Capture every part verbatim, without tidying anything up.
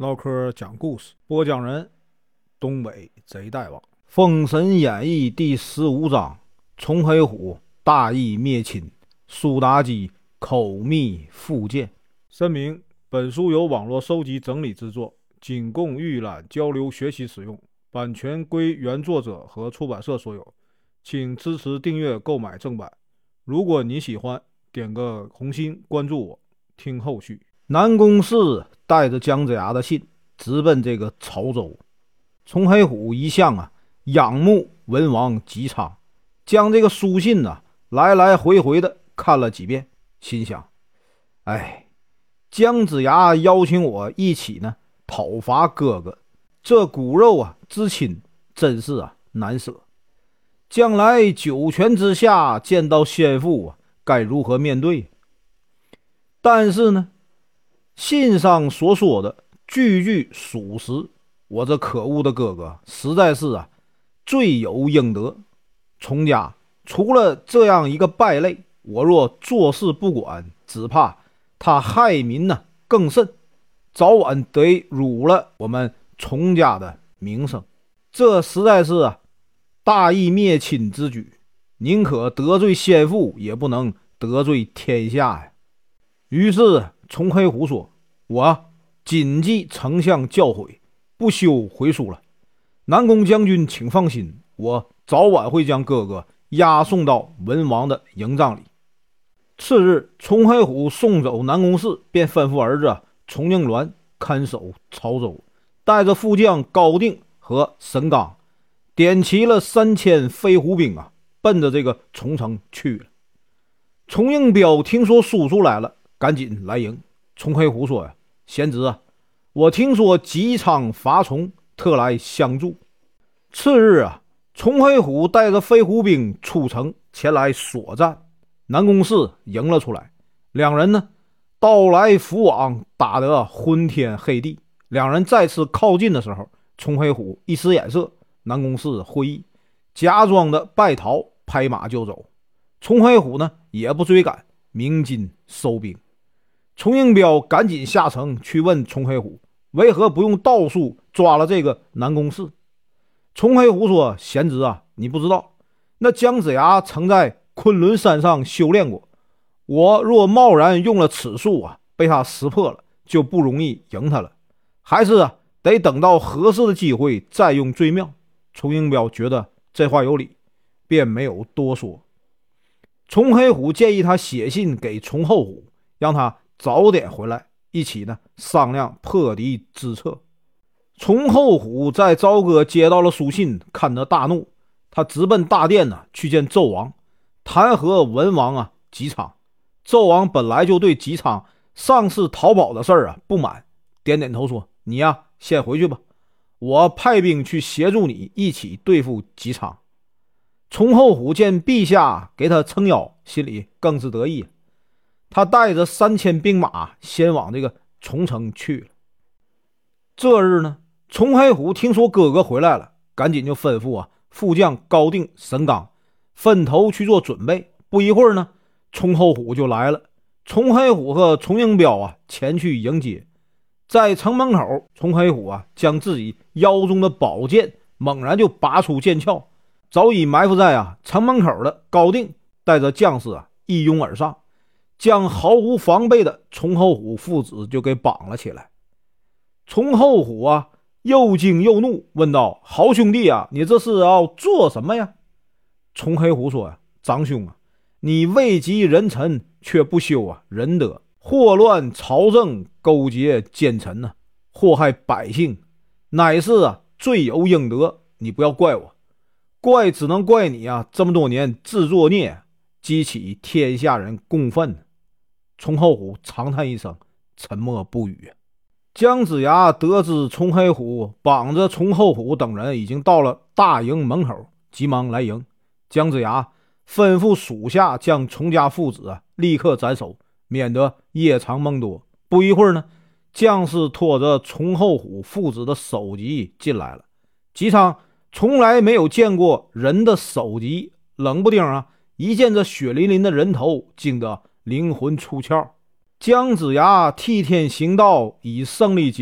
唠嗑讲故事，播讲人东北贼大王。《封神演义》第十五章：崇黑虎大义灭亲，苏妲己口蜜腹剑。声明：本书由网络收集整理制作，仅供预览、交流、学习使用，版权归原作者和出版社所有，请支持订阅、购买正版。如果你喜欢，点个红心，关注我，听后续。南宫氏带着姜子牙的信直奔这个曹州。崇黑虎一向啊仰慕文王姬昌，将这个书信啊来来回回的看了几遍，心想：哎，姜子牙邀请我一起呢讨伐哥哥，这骨肉啊之亲真是啊难舍。将来九泉之下见到先父啊，该如何面对？但是呢，信上所说的句句属实，我这可恶的哥哥实在是啊罪有应得。崇家除了这样一个败类，我若坐视不管，只怕他害民呢更甚，早晚得辱了我们崇家的名声。这实在是啊大义灭亲之举，宁可得罪先父，也不能得罪天下呀。于是崇黑虎说：我谨记丞相教诲，不修回书了。南宫将军请放心，我早晚会将哥哥押送到文王的营帐里。次日，崇黑虎送走南宫氏，便吩咐儿子崇应鸾看守曹州，带着副将高定和沈刚，点齐了三千飞虎兵啊，奔着这个崇城去了。崇应彪听说叔叔来了，赶紧来迎。崇黑虎说呀：贤侄啊，我听说姬昌伐崇，特来相助。次日啊，崇黑虎带着飞虎兵出城前来索战，南宫氏迎了出来，两人呢刀来斧往，打得昏天黑地。两人再次靠近的时候，崇黑虎一使眼色，南宫氏会意，假装的败逃，拍马就走。崇黑虎呢也不追赶，鸣金收兵。崇应彪赶紧下城去问崇黑虎，为何不用道术抓了这个南宫氏？崇黑虎说：贤侄啊，你不知道，那姜子牙曾在昆仑山上修炼过，我若贸然用了此术啊，被他识破了，就不容易赢他了，还是啊得等到合适的机会再用最妙。崇应彪觉得这话有理，便没有多说。崇黑虎建议他写信给崇后虎，让他早点回来，一起呢商量破敌之策。崇后虎在朝歌接到了书信，看得大怒，他直奔大殿呢去见纣王，弹劾文王啊姬昌。纣王本来就对姬昌上次逃跑的事儿啊不满，点点头说：你呀、啊、先回去吧，我派兵去协助你一起对付姬昌。崇后虎见陛下给他撑腰，心里更是得意，他带着三千兵马先往这个崇城去了。这日呢，崇黑虎听说哥哥回来了，赶紧就吩咐啊副将高定、沈刚分头去做准备。不一会儿呢，崇后虎就来了。崇黑虎和崇应彪啊前去迎接。在城门口，崇黑虎啊将自己腰中的宝剑猛然就拔出剑鞘，早已埋伏在啊城门口的高定带着将士啊一拥而上，将毫无防备的崇后虎父子就给绑了起来。崇后虎啊又惊又怒，问道：好兄弟啊，你这是要做什么呀？崇黑虎说：长兄啊，你位极人臣，却不修啊仁德，祸乱朝政，勾结奸臣呢、啊，祸害百姓，乃是啊罪有应得，你不要怪我，怪只能怪你啊这么多年自作孽，激起天下人共愤。崇后虎长叹一声，沉默不语。姜子牙得知崇黑虎绑着崇后虎等人已经到了大营门口，急忙来迎。姜子牙吩咐属下将崇家父子啊立刻斩首，免得夜长梦多。不一会儿呢，将士拖着崇后虎父子的首级进来了。姬昌从来没有见过人的首级，冷不丁啊一见这血淋淋的人头，惊得灵魂出窍。姜子牙替天行道，以胜利结束，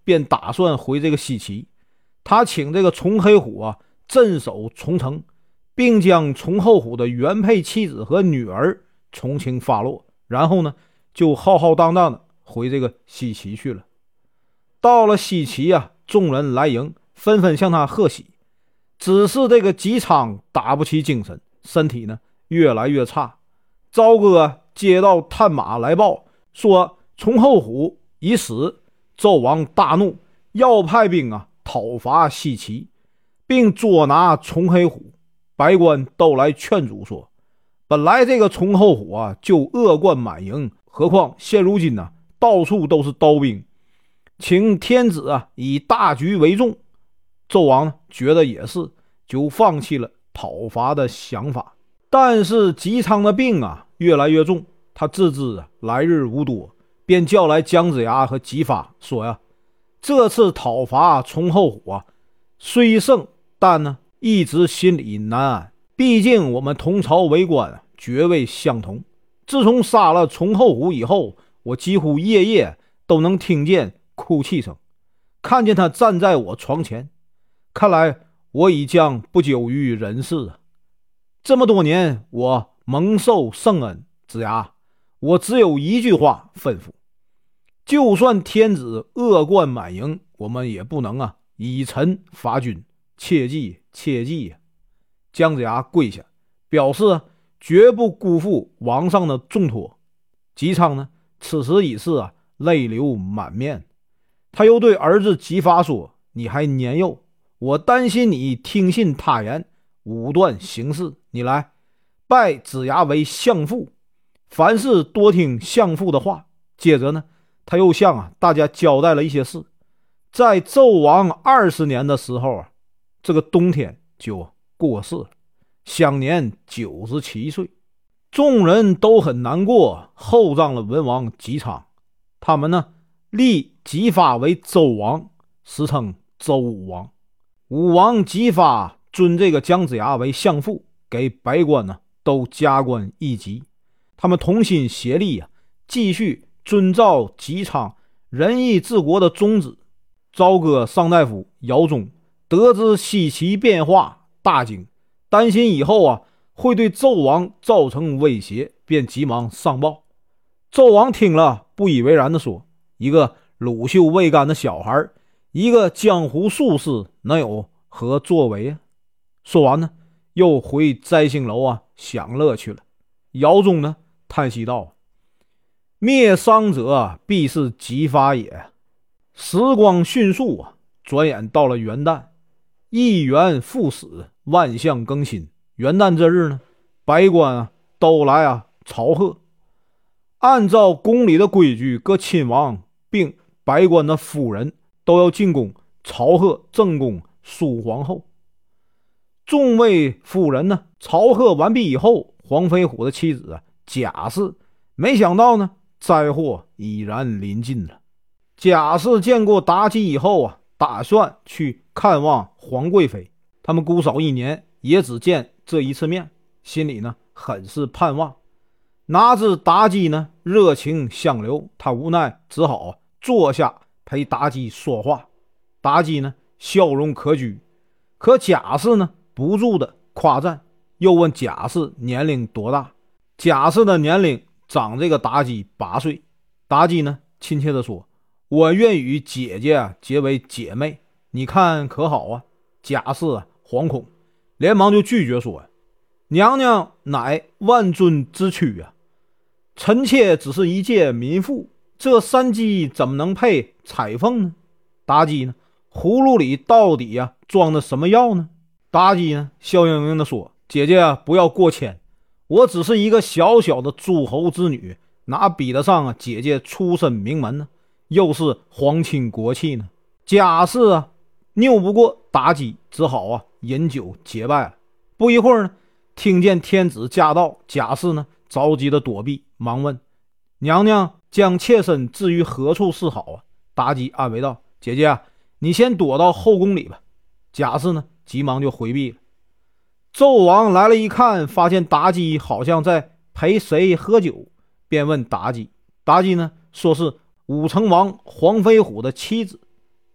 便打算回这个西岐。他请这个崇黑虎啊镇守崇城，并将崇后虎的原配妻子和女儿从轻发落，然后呢就浩浩荡荡的回这个西岐去了。到了西岐啊，众人来迎，纷纷向他贺喜。只是这个姬昌打不起精神，身体呢越来越差。朝歌接到探马来报，说崇后虎已死，纣王大怒，要派兵啊讨伐西岐，并捉拿崇黑虎。百官都来劝阻说，本来这个崇后虎啊就恶贯满盈，何况现如今呢、啊、到处都是刀兵，请天子啊以大局为重。纣王呢觉得也是，就放弃了讨伐的想法。但是姬昌的病啊越来越重，他自知啊来日无多，便叫来姜子牙和姬发说呀，这次讨伐崇后虎啊虽胜，但呢一直心里难安，毕竟我们同朝为官啊爵位相同。自从杀了崇后虎以后，我几乎夜夜都能听见哭泣声，看见他站在我床前，看来我已将不久于人世啊。这么多年我蒙受圣恩，子牙，我只有一句话吩咐，就算天子恶贯满盈，我们也不能啊以臣伐君，切记切记。姜子牙跪下表示、啊、绝不辜负王上的重托。姬昌呢此时已是啊泪流满面。他又对儿子姬发说，你还年幼，我担心你听信他言，武断行事，你来拜子牙为相父，凡事多听相父的话。接着呢他又向啊大家交代了一些事。在纣王二十年的时候啊，这个冬天就过世了，享年九十七岁。众人都很难过，厚葬了文王姬昌。他们呢立姬发为周王，时称周武王。武王姬发尊这个姜子牙为相父，给百官呢都加官一级。他们同心协力啊，继续遵照姬昌仁义治国的宗旨。朝歌上大夫姚忠得知西岐变化，大惊，担心以后啊会对纣王造成威胁，便急忙上报。纣王听了不以为然地说，一个乳臭未干的小孩，一个江湖术士能有何作为啊？说完呢又回摘星楼啊享乐去了。姚忠呢叹息道，灭商者必是姬发也。时光迅速啊，转眼到了元旦，一元复始，万象更新。元旦这日呢，百官啊都来啊朝贺。按照宫里的规矩，各亲王并百官的夫人都要进宫朝贺正宫苏皇后。众位夫人呢朝贺完毕以后，黄飞虎的妻子啊贾氏没想到呢灾祸已然临近了。贾氏见过妲己以后啊，打算去看望皇贵妃。他们姑嫂一年也只见这一次面，心里呢很是盼望。哪知妲己呢热情相留，他无奈只好坐下陪妲己说话。妲己呢笑容可掬，可贾氏呢不住的夸赞，又问贾氏年龄多大。贾氏的年龄长这个妲己八岁。妲己呢亲切的说，我愿与姐姐啊结为姐妹，你看可好啊？贾氏啊惶恐，连忙就拒绝说，娘娘乃万尊之躯啊，臣妾只是一介民妇，这山鸡怎么能配彩凤呢？妲己呢葫芦里到底啊装的什么药呢？妲己呢笑盈盈的说，姐姐啊不要过谦，我只是一个小小的诸侯之女，哪比得上啊姐姐出身名门呢？又是皇亲国戚呢？贾氏啊拗不过妲己，只好啊饮酒结拜了。不一会儿呢，听见天子驾到，贾氏呢着急的躲避，忙问娘娘将妾身置于何处是好啊？妲己安慰道，姐姐啊，你先躲到后宫里吧。贾氏呢急忙就回避了。纣王来了一看，发现妲己好像在陪谁喝酒，便问妲己。妲己呢说是武成王黄飞虎的妻子。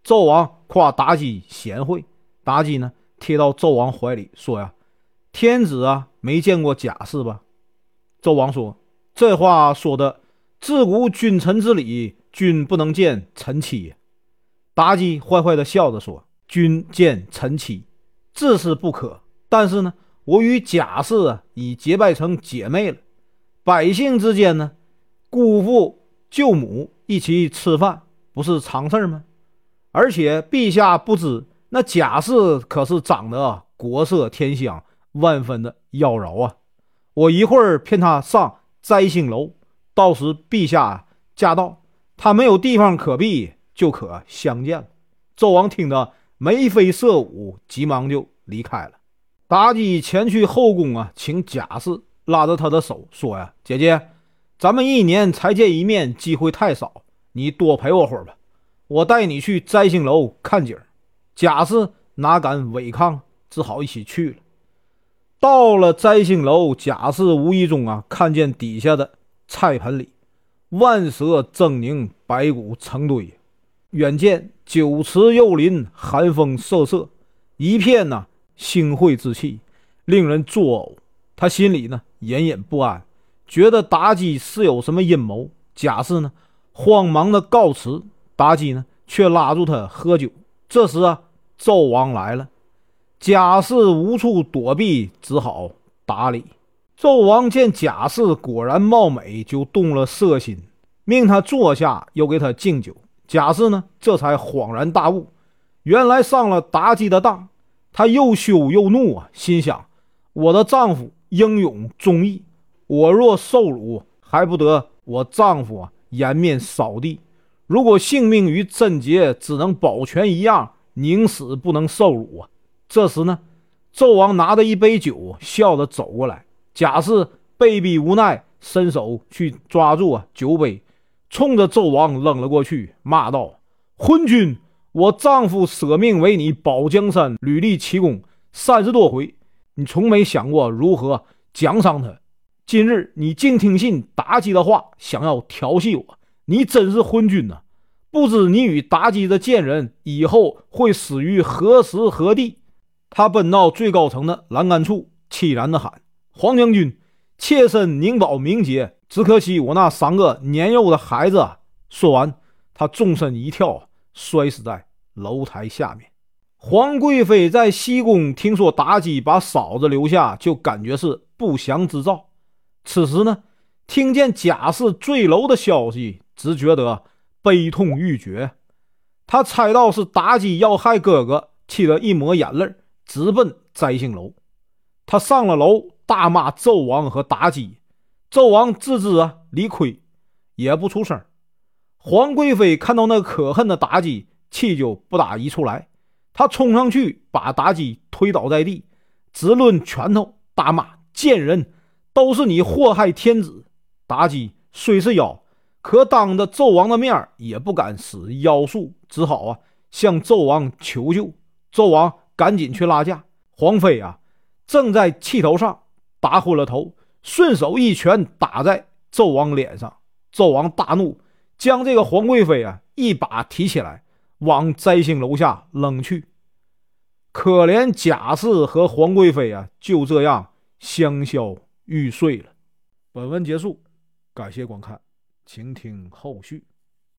纣王夸妲己贤惠，妲己呢贴到纣王怀里说呀：“天子啊，没见过贾氏吧？”纣王说：“这话说的，自古君臣之礼，君不能见臣妻。”妲己坏坏的笑着说：“君见臣妻，自是不可。但是呢，我与贾氏啊已结拜成姐妹了。百姓之间呢，姑父舅母一起吃饭，不是常事吗？而且陛下不知，那贾氏可是长得国色天香，万分的妖娆啊！我一会儿骗他上摘星楼，到时陛下驾到，他没有地方可避，就可相见了。”纣王听得眉飞色舞，急忙就离开了。妲己前去后宫啊，请贾氏，拉着他的手说呀：“姐姐，咱们一年才见一面，机会太少，你多陪我会儿吧，我带你去摘星楼看景。”贾氏哪敢违抗，只好一起去了。到了摘星楼，贾氏无意中啊看见底下的菜盆里万蛇狰狞，白骨成堆，远见酒池肉林，寒风瑟瑟，一片呢、啊、腥秽之气，令人作呕。他心里呢隐隐不安，觉得妲己是有什么阴谋。贾氏呢慌忙的告辞，妲己呢却拉住他喝酒。这时啊，纣王来了，贾氏无处躲避，只好打理。纣王见贾氏果然貌美，就动了色心，命他坐下，又给他敬酒。贾氏呢这才恍然大悟，原来上了妲己的当。他又羞又怒啊，心想：我的丈夫英勇忠义，我若受辱，还不得我丈夫啊颜面扫地？如果性命与贞洁只能保全一样，宁死不能受辱啊！这时呢，纣王拿着一杯酒，笑着走过来。贾氏被逼无奈，伸手去抓住啊酒杯，冲着纣王扔了过去，骂道：“昏君！我丈夫舍命为你保江山，屡立奇功三十多回，你从没想过如何奖赏他。今日你竟听信妲己的话，想要调戏我，你真是昏君啊！不知你与妲己的贱人以后会死于何时何地？”他奔到最高层的栏杆处，凄然地喊：“黄将军，妾身宁保名节，只可惜我那三个年幼的孩子啊！”说完，他纵身一跳，摔死在楼台下面。皇贵妃在西宫听说妲己把嫂子留下，就感觉是不祥之兆。此时呢，听见贾氏坠楼的消息，只觉得悲痛欲绝。他猜到是妲己要害哥哥，气得一抹眼泪，直奔摘星楼。他上了楼，大骂纣王和妲己。纣王自知啊理亏，也不出声。皇贵妃看到那可恨的妲己，气就不打一处来。他冲上去把妲己推倒在地，直抡拳头大骂：“贱人，都是你祸害天子！”妲己虽是妖，可当着纣王的面也不敢使妖术，只好啊向纣王求救。纣王赶紧去拉架，皇妃啊正在气头上，打昏了头，顺手一拳打在纣王脸上。纣王大怒，将这个皇贵妃啊一把提起来，往摘星楼下扔去。可怜贾氏和皇贵妃啊就这样香消玉碎了。本文结束，感谢观看，请听后续。